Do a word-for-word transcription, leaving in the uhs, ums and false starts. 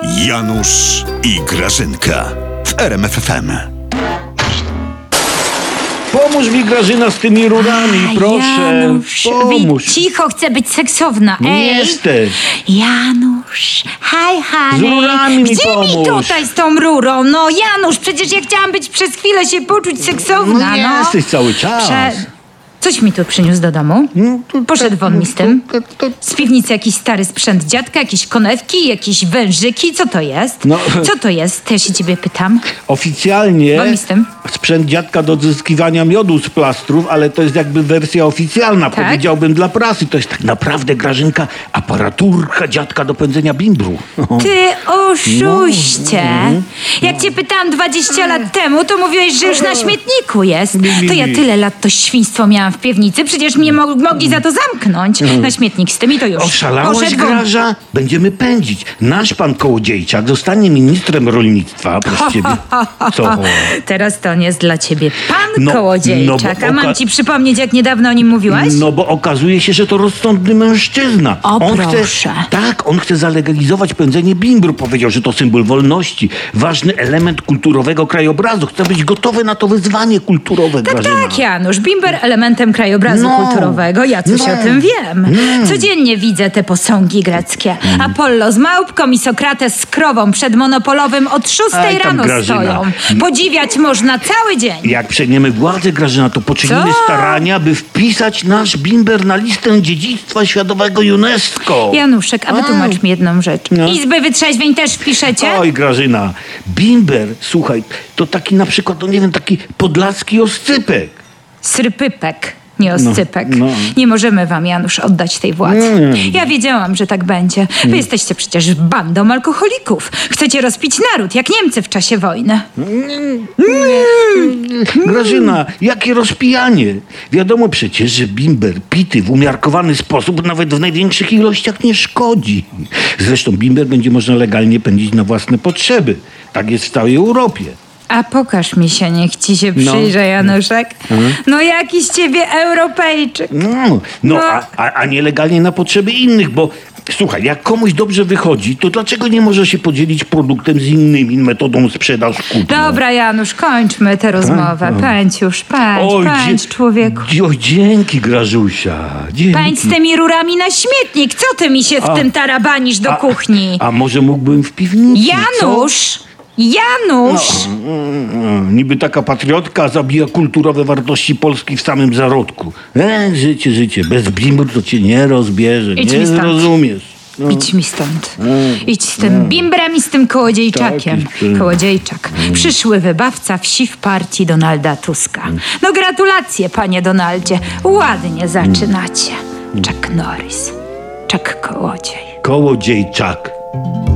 Janusz i Grażynka w R M F F M. Pomóż mi, Grażyna, z tymi rurami, A, proszę. Janusz, Pomóż. wi- cicho, chcę być seksowna. Nie Ej, jesteś. Janusz, hi honey. Z rurami mi Gdzie pomóż. mi tutaj z tą rurą? No Janusz, przecież ja chciałam być przez chwilę się poczuć seksowna, No nie no. jesteś cały czas. Prze- Coś mi tu przyniósł do domu. No, to- Poszedł to- won mi z tym. to- to- Z piwnicy jakiś stary sprzęt dziadka, jakieś konewki, jakieś wężyki. Co to jest? No. Co to jest? To ja się ciebie pytam. Oficjalnie Won mi z tym. sprzęt dziadka do odzyskiwania miodu z plastrów, ale to jest jakby wersja oficjalna, Tak? powiedziałbym, dla prasy. To jest tak naprawdę, Grażynka, aparaturka dziadka do pędzenia bimbru. Ty oszuście! No. Jak cię pytałam dwadzieścia lat temu, to mówiłeś, że już na śmietniku jest. To ja tyle lat to świństwo miałam w piwnicy, przecież mnie mo- mogli za to zamknąć. Na śmietnik z tym i to już. Oszalałaś, Poszedł won. Graża? Będziemy pędzić. Nasz pan Kołodziejczak zostanie ministrem rolnictwa. Proszę ciebie. Co? Teraz to on jest dla ciebie pan No, Kołodziejczak. no bo A mam oka- ci przypomnieć, jak niedawno o nim mówiłaś? No bo okazuje się, że to rozsądny mężczyzna. O, on proszę. chce, tak, on chce zalegalizować pędzenie bimbru. Powiedział, że to symbol wolności, ważny element kulturowego krajobrazu. Chce być gotowy na to wyzwanie kulturowe, Tak, Grażyna. tak, Janusz. Bimber elementem krajobrazu No. kulturowego. Ja coś No. o tym wiem. Codziennie widzę te posągi greckie. Apollo z małpką i Sokrates z krową przed monopolowym od szóstej Aj, tam, rano Grażyna. stoją. Podziwiać można cały dzień. Jak przejmiemy władzę, Grażyna, to poczynimy Co? starania, by wpisać nasz bimber na listę dziedzictwa światowego UNESCO. Januszek, a wytłumacz mi jedną rzecz. No. Izby wytrzeźwień też wpiszecie? Oj, Grażyna, bimber, słuchaj, to taki na przykład, no nie wiem, taki podlaski oscypek. Srypypek, nie oscypek. no. Nie możemy wam, Janusz, oddać tej władzy. Ja wiedziałam, że tak będzie. Wy jesteście przecież bandą alkoholików. Chcecie rozpić naród, jak Niemcy w czasie wojny. Grażyna, jakie rozpijanie. Wiadomo przecież, że bimber pity w umiarkowany sposób nawet w największych ilościach nie szkodzi. Zresztą bimber będzie można legalnie pędzić na własne potrzeby. Tak jest w całej Europie. A pokaż mi się, niech ci się No. przyjrzy, Januszek. No jakiś z ciebie Europejczyk. No, no, No. A, a, a nielegalnie na potrzeby innych, bo słuchaj, jak komuś dobrze wychodzi, to dlaczego nie może się podzielić produktem z innymi metodą sprzedaż kupna? Dobra, Janusz, kończmy tę rozmowę. Pędź już, pędź, Oj, pędź, dzie- człowieku. Oj, dzięki, Grażusia. Dzięki. Pędź z tymi rurami na śmietnik. Co ty mi się w A- tym tarabanisz do a- kuchni? A może mógłbym w piwnicy? Janusz! Janusz! Co? Mm, Niby taka patriotka zabija kulturowe wartości Polski w samym zarodku. E, życie, życie. Bez bimbru to cię nie rozbierze. Idź nie mi stąd. zrozumiesz. No. Idź mi stąd. Idź z tym bimbrem i z tym kołodziejczakiem. Taki ty. Kołodziejczak. Przyszły wybawca wsi w partii Donalda Tuska. No gratulacje, panie Donaldzie. Ładnie zaczynacie. Chuck Norris. Chuck Kołodziej. Kołodziejczak.